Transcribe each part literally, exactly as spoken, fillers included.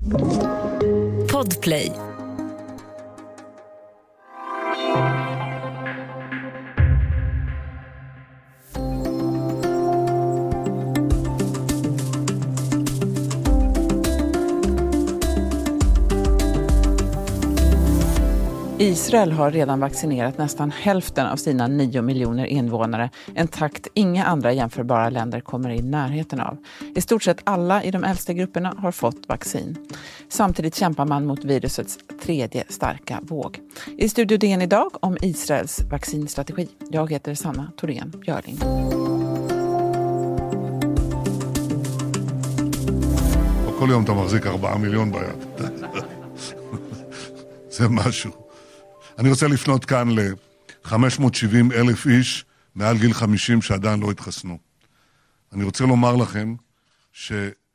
Podplay. Israel har redan vaccinerat nästan hälften av sina nio miljoner invånare, en takt inga andra jämförbara länder kommer i närheten av. I stort sett alla i de äldsta grupperna har fått vaccin. Samtidigt kämpar man mot virusets tredje starka våg. I Studio D N idag om Israels vaccinstrategi. Jag heter Sanna Thorén Björling. כל יום אתה מחזיק ארבעה מיליון ביד. זה משהו. אני רוצה לפנות כאן ל-חמש מאות שבעים אלף איש מעל גיל חמישים שעדיין לא התחסנו. אני רוצה לומר לכם ש...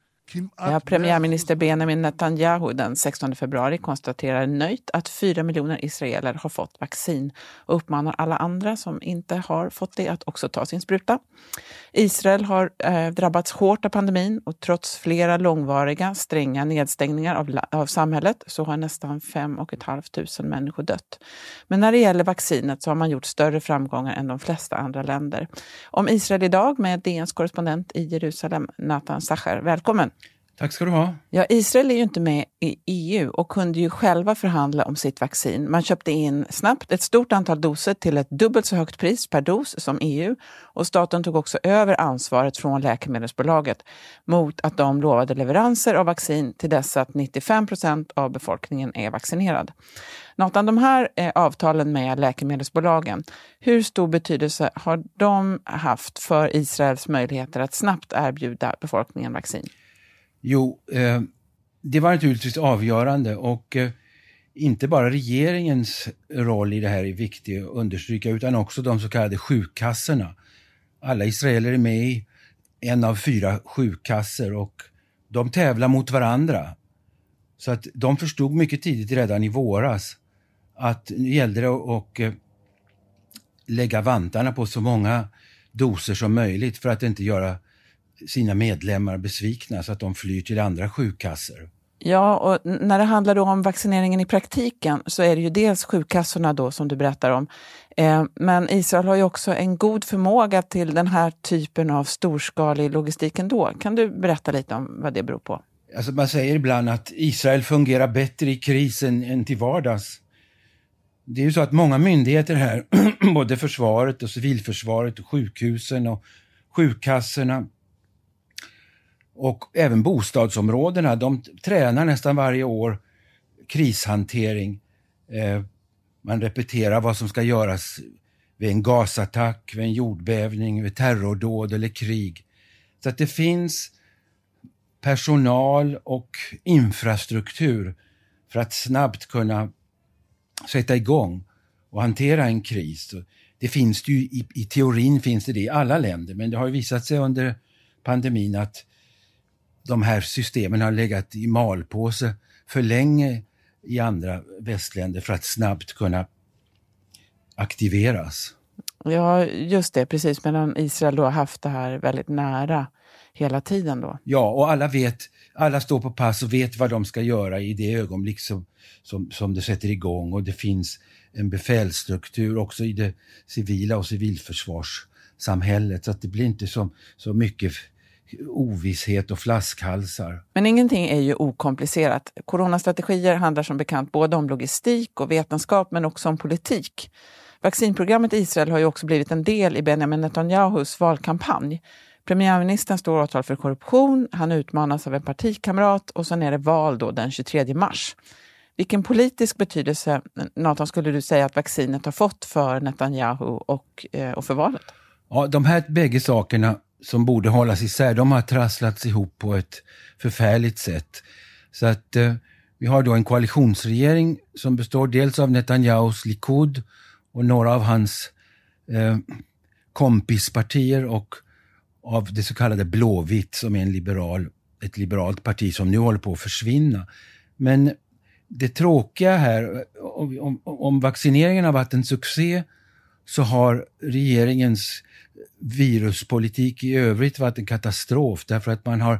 Ja, premiärminister Benjamin Netanyahu den sextonde februari konstaterar nöjt att fyra miljoner israeler har fått vaccin och uppmanar alla andra som inte har fått det att också ta sin spruta. Israel har eh, drabbats hårt av pandemin och trots flera långvariga stränga nedstängningar av, av samhället så har nästan fem och ett halvt tusen människor dött. Men när det gäller vaccinet så har man gjort större framgångar än de flesta andra länder. Om Israel idag med D N:s korrespondent i Jerusalem, Nathan Sacher. Välkommen! Tack ska du ha. Ja, Israel är ju inte med i E U och kunde ju själva förhandla om sitt vaccin. Man köpte in snabbt ett stort antal doser till ett dubbelt så högt pris per dos som E U. Och staten tog också över ansvaret från läkemedelsbolaget mot att de lovade leveranser av vaccin till dess att nittiofem procent av befolkningen är vaccinerad. Nathan, de här eh, avtalen med läkemedelsbolagen, hur stor betydelse har de haft för Israels möjligheter att snabbt erbjuda befolkningen vaccin? Jo, eh, det var naturligtvis avgörande och eh, inte bara regeringens roll i det här är viktig att understryka utan också de så kallade sjukkassorna. Alla israeler är med i en av fyra sjukkassor och de tävlar mot varandra. Så att de förstod mycket tidigt redan i våras att nu gällde det att eh, lägga vantarna på så många doser som möjligt för att inte göra sina medlemmar besvikna så att de flyr till andra sjukkassor. Ja, och när det handlar då om vaccineringen i praktiken så är det ju dels sjukkassorna då som du berättar om. Eh, men Israel har ju också en god förmåga till den här typen av storskalig logistik ändå. Kan du berätta lite om vad det beror på? Alltså man säger ibland att Israel fungerar bättre i krisen än till vardags. Det är ju så att många myndigheter här, både försvaret och civilförsvaret och sjukhusen och sjukkassorna och även bostadsområdena, de tränar nästan varje år krishantering. Eh, man repeterar vad som ska göras vid en gasattack, vid en jordbävning, vid terrordåd eller krig. Så att det finns personal och infrastruktur för att snabbt kunna sätta igång och hantera en kris. Det finns det ju, i, i teorin finns det det i alla länder, men det har ju visat sig under pandemin att de här systemen har legat i malpåse för länge i andra västländer för att snabbt kunna aktiveras. Ja, just det, precis. Medan Israel då har haft det här väldigt nära hela tiden då. Ja, och alla vet, alla står på pass och vet vad de ska göra i det ögonblick som, som, som det sätter igång. Och det finns en befälsstruktur också i det civila och civilförsvarssamhället. Så att det blir inte så, så mycket ovisshet och flaskhalsar. Men ingenting är ju okomplicerat. Coronastrategier handlar som bekant både om logistik och vetenskap men också om politik. Vaccinprogrammet i Israel har ju också blivit en del i Benjamin Netanyahus valkampanj. Premiärministern står åtal för korruption, han utmanas av en partikamrat och sen är det val då den tjugotredje mars. Vilken politisk betydelse, Nathan, skulle du säga att vaccinet har fått för Netanyahu och, och för valet? Ja, de här bägge sakerna som borde hållas isär, de har trasslats ihop på ett förfärligt sätt. Så att eh, vi har då en koalitionsregering som består dels av Netanyahus Likud och några av hans eh, kompispartier och av det så kallade Blåvitt som är en liberal, ett liberalt parti som nu håller på att försvinna. Men det tråkiga här, om, om vaccineringen har varit en succé så har regeringens viruspolitik i övrigt varit en katastrof därför att man har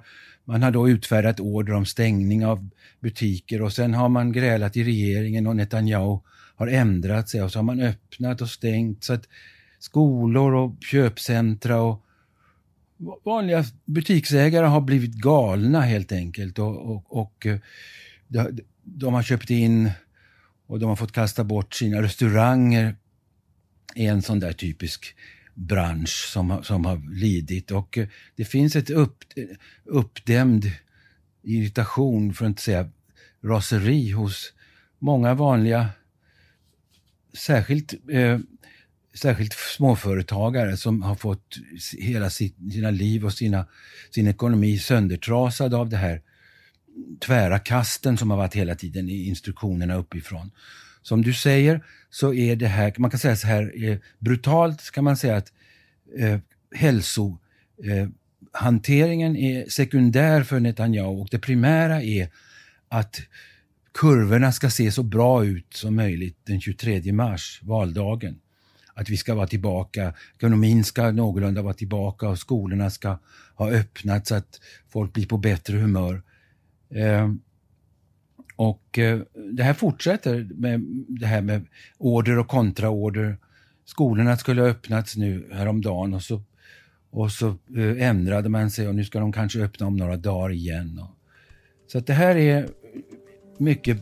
Man har då utfärdat order om stängning av butiker och sen har man grälat i regeringen och Netanyahu har ändrat sig och så har man öppnat och stängt så att skolor och köpcentra och vanliga butiksägare har blivit galna helt enkelt och, och, och de, de har köpt in och de har fått kasta bort sina restauranger i en sån där typisk bransch som, som har lidit och det finns ett upp, uppdämd irritation för att inte säga raseri hos många vanliga särskilt eh, särskilt småföretagare som har fått hela sitt, sina liv och sina, sin ekonomi söndertrasad av det här tvära kasten som har varit hela tiden i instruktionerna uppifrån. Som du säger så är det här, man kan säga så här eh, brutalt kan man säga att eh, hälsohanteringen eh, är sekundär för Netanyahu och det primära är att kurvorna ska se så bra ut som möjligt den tjugotredje mars, valdagen. Att vi ska vara tillbaka, ekonomin ska någorlunda vara tillbaka och skolorna ska ha öppnat så att folk blir på bättre humör. Eh, och eh, det här fortsätter med det här med order och kontraorder. Skolorna skulle ha öppnats nu häromdagen och så, och så eh, ändrade man sig och nu ska de kanske öppna om några dagar igen. Och, så att det här är mycket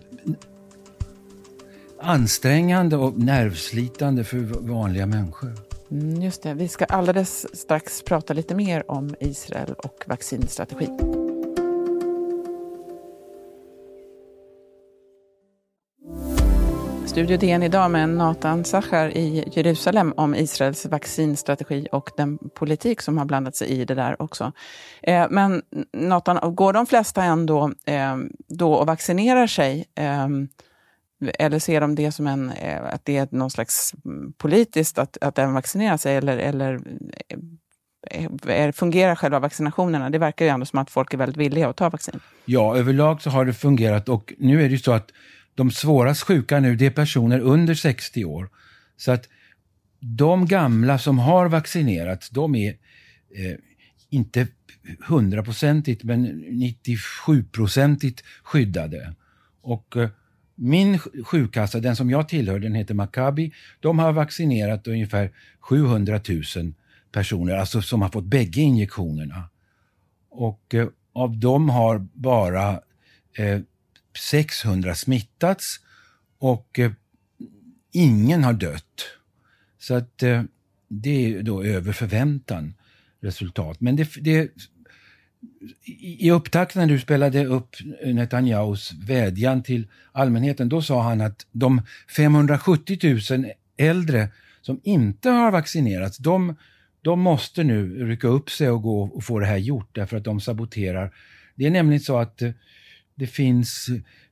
ansträngande och nervslitande för vanliga människor. Mm, just det, vi ska alldeles strax prata lite mer om Israel och vaccinstrategi. Studio D N idag med Nathan Sachar i Jerusalem om Israels vaccinstrategi och den politik som har blandat sig i det där också. Eh, men Nathan, går de flesta ändå eh, då och vaccinerar sig eh, eller ser de det som en, eh, att det är någon slags politiskt att, att även vaccinera sig eller, eller eh, fungerar själva vaccinationerna? Det verkar ju ändå som att folk är väldigt villiga att ta vaccin. Ja, överlag så har det fungerat och nu är det ju så att de svårast sjuka nu, det är personer under sextio år. Så att de gamla som har vaccinerats, de är eh, inte hundraprocentigt men nittiosjuprocentigt skyddade. Och eh, min sjukkassa, den som jag tillhör, den heter Maccabi, de har vaccinerat ungefär sjuhundratusen personer, alltså som har fått bägge injektionerna. Och eh, av dem har bara eh, sexhundra smittats och eh, ingen har dött. Så att eh, det är då över förväntan resultat. Men det, det i, i upptakten när du spelade upp Netanyahus vädjan till allmänheten, då sa han att de femhundrasjuttiotusen äldre som inte har vaccinerats, de, de måste nu rycka upp sig och gå och få det här gjort därför att de saboterar. Det är nämligen så att eh, det finns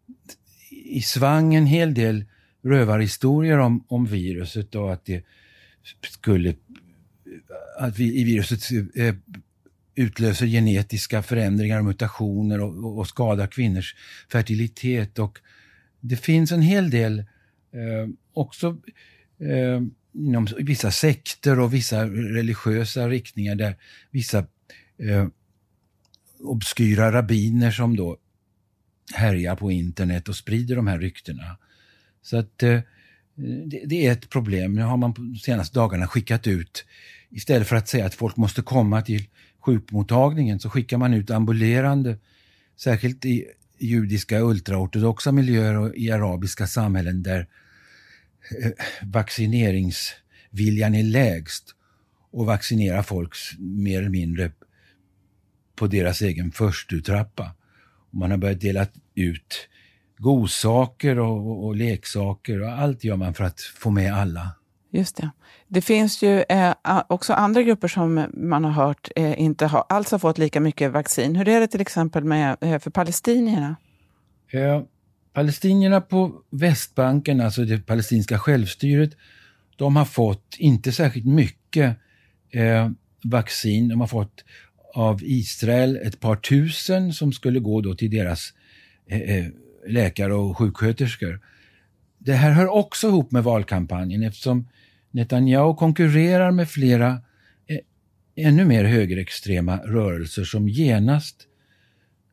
i svang en hel del rövarhistorier om, om viruset och att det skulle att vi, i viruset eh, utlöser genetiska förändringar och mutationer och, och, och skadar kvinnors fertilitet. Och det finns en hel del eh, också eh, inom vissa sekter och vissa religiösa riktningar där vissa eh, obskyra rabbiner som då härjar på internet och sprider de här ryktena. Så att eh, det, det är ett problem. Nu har man på de senaste dagarna skickat ut, istället för att säga att folk måste komma till sjukmottagningen, så skickar man ut ambulerande, särskilt i judiska ultraortodoxa miljöer och i arabiska samhällen där eh, vaccineringsviljan är lägst, och vaccinera folk mer eller mindre på deras egen förstutrappa. Man har börjat dela ut godsaker och, och, och leksaker och allt gör man för att få med alla. Just det. Det finns ju eh, också andra grupper som man har hört eh, inte har, alls har fått lika mycket vaccin. Hur är det till exempel med, eh, för palestinierna? Eh, palestinierna på Västbanken, alltså det palestinska självstyret, de har fått inte särskilt mycket eh, vaccin. De har fått av Israel ett par tusen som skulle gå då till deras eh, läkare och sjuksköterskor. Det här hör också ihop med valkampanjen eftersom Netanyahu konkurrerar med flera eh, ännu mer högerextrema rörelser som genast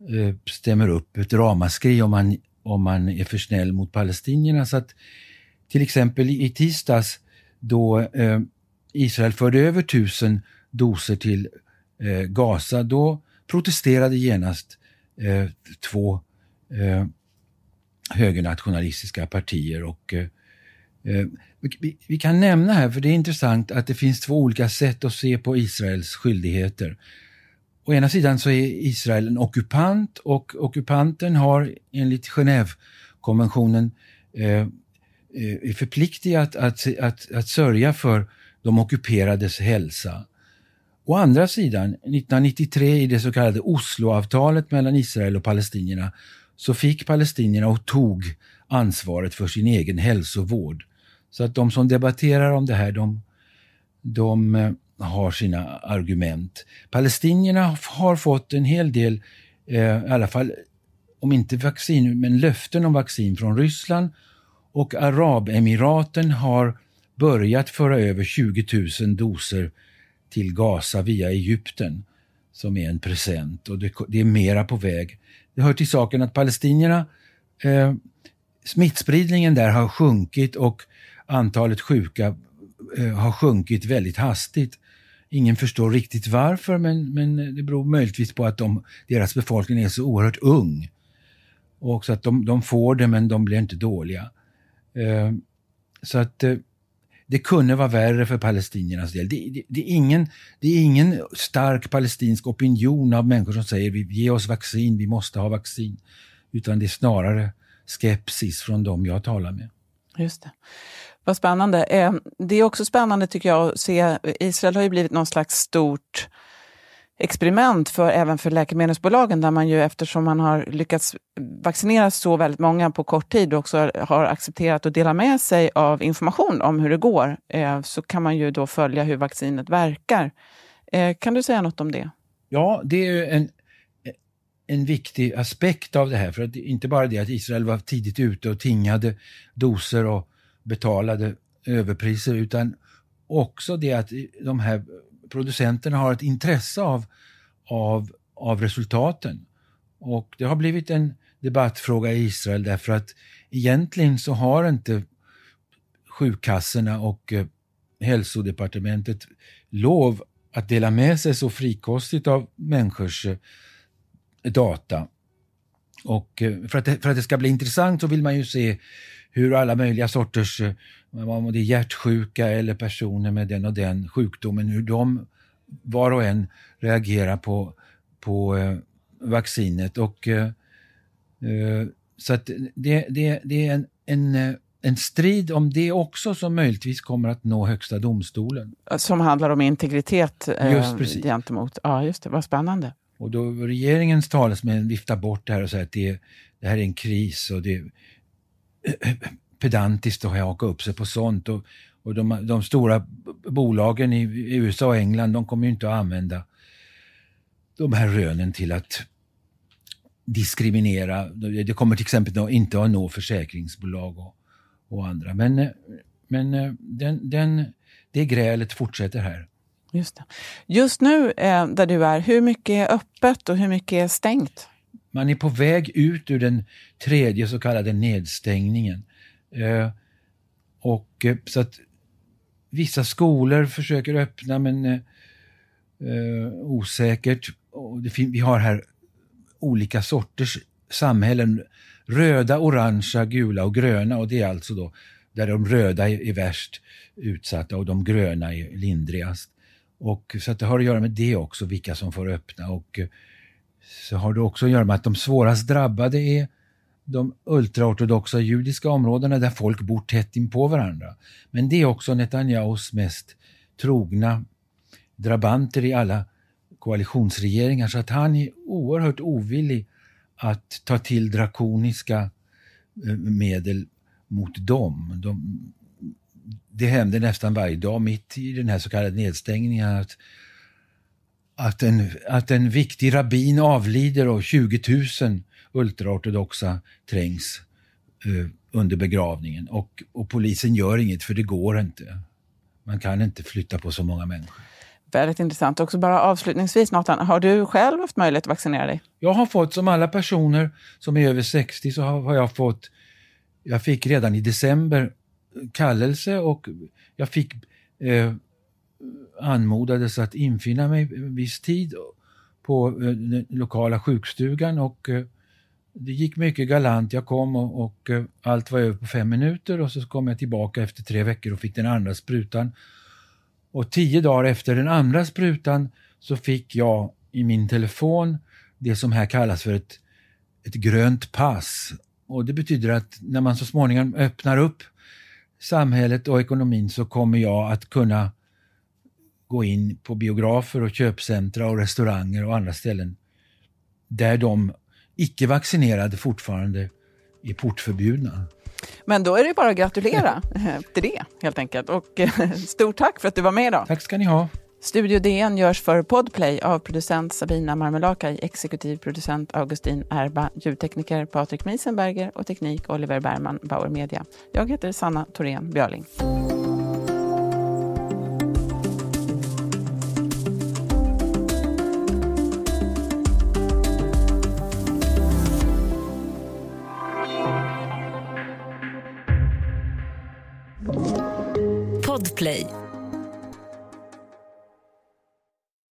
eh, stämmer upp ett ramaskri om man, om man är för snäll mot palestinierna. Så att till exempel i, i tisdags då eh, Israel förde över tusen doser till eh, Gaza, då protesterade genast eh, två eh, högernationalistiska partier. Och eh, vi, vi kan nämna här, för det är intressant, att det finns två olika sätt att se på Israels skyldigheter. Å ena sidan så är Israel en ockupant, och ockupanten har enligt Genèvekonventionen eh, är förpliktigat att, att, att, att sörja för de ockuperades hälsa. Å andra sidan, nittonhundranittiotre i det så kallade Osloavtalet mellan Israel och palestinierna, så fick palestinierna och tog ansvaret för sin egen hälsovård. Så att de som debatterar om det här, de, de har sina argument. Palestinierna har fått en hel del, eh, i alla fall om inte vaccin, men löften om vaccin från Ryssland, och Arabemiraten har börjat föra över tjugo tusen doser till Gaza via Egypten som är en present, och det, det är mera på väg. Det hör till saken att palestinierna, eh, smittspridningen där har sjunkit och antalet sjuka eh, har sjunkit väldigt hastigt. Ingen förstår riktigt varför, men, men det beror möjligtvis på att de, deras befolkning är så oerhört ung. Och också att de, de får det, men de blir inte dåliga. Eh, så att eh, det kunde vara värre för palestiniernas del. Det, det, det, är ingen, det är ingen stark palestinsk opinion av människor som säger vi ge oss vaccin, vi måste ha vaccin. Utan det är snarare skepsis från dem jag talar med. Just det. Vad spännande. Det är också spännande tycker jag att se, Israel har ju blivit någon slags stort experiment för, även för läkemedelsbolagen, där man ju, eftersom man har lyckats vaccinera så väldigt många på kort tid och också har accepterat att dela med sig av information om hur det går, så kan man ju då följa hur vaccinet verkar. Kan du säga något om det? Ja, det är ju en, en viktig aspekt av det här, för att inte bara det att Israel var tidigt ute och tingade doser och betalade överpriser, utan också det att de här producenterna har ett intresse av, av, av resultaten. Och det har blivit en debattfråga i Israel, därför att egentligen så har inte sjukkassorna och eh, hälsodepartementet lov att dela med sig så frikostigt av människors eh, data. Och eh, för, att det, för att det ska bli intressant så vill man ju se hur alla möjliga sorters, om det är hjärtsjuka eller personer med den och den sjukdomen, hur de var och en reagerar på, på eh, vaccinet. Och, eh, så att det, det, det är en, en, en strid om det också som möjligtvis kommer att nå högsta domstolen. Som handlar om integritet eh, just precis. Gentemot. Ja, just det. Vad spännande. Och då regeringens talesmän viftar bort det här och säger att det, det här är en kris och det pedantiskt att haka upp sig på sånt, och, och de, de stora bolagen i U S A och England, de kommer ju inte att använda de här rönen till att diskriminera. Det kommer till exempel inte att nå försäkringsbolag och, och andra, men, men den, den, det grälet fortsätter här. Just det. Just nu eh, där du är, hur mycket är öppet och hur mycket är stängt? Man är på väg ut ur den tredje så kallade nedstängningen. Eh, och eh, så att vissa skolor försöker öppna, men eh, osäkert. Och det fin- vi har här olika sorters samhällen. Röda, orangea, gula och gröna. Och det är alltså då där de röda är, är värst utsatta och de gröna är lindrigast. Och så att det har att göra med det också, vilka som får öppna. Och eh, så har det också att göra med att de svårast drabbade är de ultraortodoxa judiska områdena där folk bor tätt in på varandra. Men det är också Netanyahus mest trogna drabanter i alla koalitionsregeringar, så att han är oerhört ovillig att ta till drakoniska medel mot dem. De, det händer nästan varje dag mitt i den här så kallade nedstängningen att Att en, att en viktig rabbin avlider och tjugo tusen ultraortodoxa trängs eh, under begravningen. Och, och polisen gör inget, för det går inte. Man kan inte flytta på så många människor. Väldigt intressant. Också bara avslutningsvis, Nathan, har du själv haft möjlighet att vaccinera dig? Jag har fått, som alla personer som är över sextio, så har jag fått, jag fick redan i december kallelse och jag fick eh, anmodades att infinna mig en viss tid på eh, den lokala sjukstugan och eh, det gick mycket galant. Jag kom och, och eh, allt var över på fem minuter och så kom jag tillbaka efter tre veckor och fick den andra sprutan. Och tio dagar efter den andra sprutan så fick jag i min telefon det som här kallas för ett, ett grönt pass. Och det betyder att när man så småningom öppnar upp samhället och ekonomin så kommer jag att kunna gå in på biografer och köpcentra och restauranger och andra ställen där de icke-vaccinerade fortfarande är portförbjudna. Men då är det bara att gratulera till det helt enkelt. Och stort tack för att du var med idag. Tack ska ni ha. Studio D N görs för Podplay av producent Sabina Marmelaka, exekutiv producent Augustin Erba, ljudtekniker Patrik Miesenberger och teknik Oliver Bergman, Bauer Media. Jag heter Sanna Thorén Björling. Podplay.